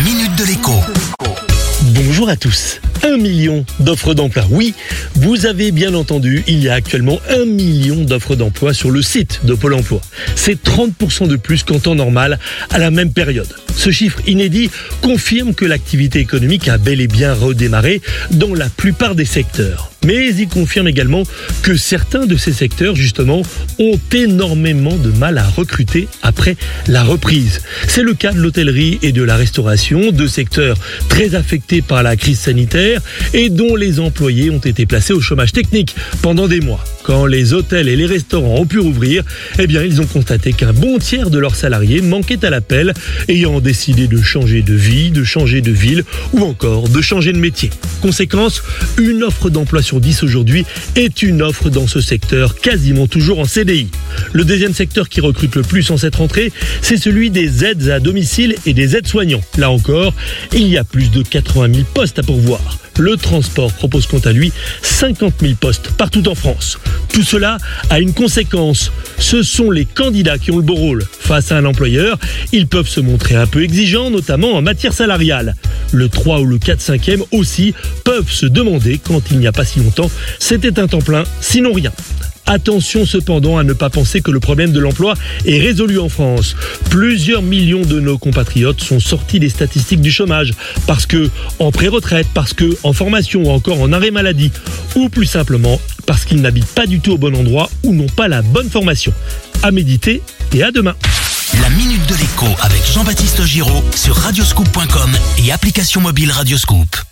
minute de l'écho. Bonjour à tous. 1 million d'offres d'emploi. Oui, vous avez bien entendu, il y a actuellement 1 million d'offres d'emploi sur le site de Pôle emploi. C'est 30% de plus qu'en temps normal à la même période. Ce chiffre inédit confirme que l'activité économique a bel et bien redémarré dans la plupart des secteurs. Mais il confirme également que certains de ces secteurs, justement, ont énormément de mal à recruter après la reprise. C'est le cas de l'hôtellerie et de la restauration, deux secteurs très affectés par la crise sanitaire et dont les employés ont été placés au chômage technique pendant des mois. Quand les hôtels et les restaurants ont pu rouvrir, ils ont constaté qu'un bon tiers de leurs salariés manquaient à l'appel, ayant décidé de changer de vie, de changer de ville ou encore de changer de métier. Conséquence, une offre d'emploi sur 10 aujourd'hui est une offre dans ce secteur, quasiment toujours en CDI. Le deuxième secteur qui recrute le plus en cette rentrée, c'est celui des aides à domicile et des aides-soignants. Là encore, il y a plus de 80 000 postes à pourvoir. Le transport propose quant à lui 50 000 postes partout en France. Tout cela a une conséquence. Ce sont les candidats qui ont le beau rôle. Face à un employeur, ils peuvent se montrer un peu exigeants, notamment en matière salariale. Le 3 ou le 4/5e aussi peuvent se demander, quand il n'y a pas si longtemps, c'était un temps plein, sinon rien. Attention cependant à ne pas penser que le problème de l'emploi est résolu en France. Plusieurs millions de nos compatriotes sont sortis des statistiques du chômage parce que en pré-retraite, parce que en formation ou encore en arrêt maladie, ou plus simplement parce qu'ils n'habitent pas du tout au bon endroit ou n'ont pas la bonne formation. À méditer et à demain. La minute de l'écho avec Jean-Baptiste Giraud sur radioscoop.com et application mobile Radioscoop.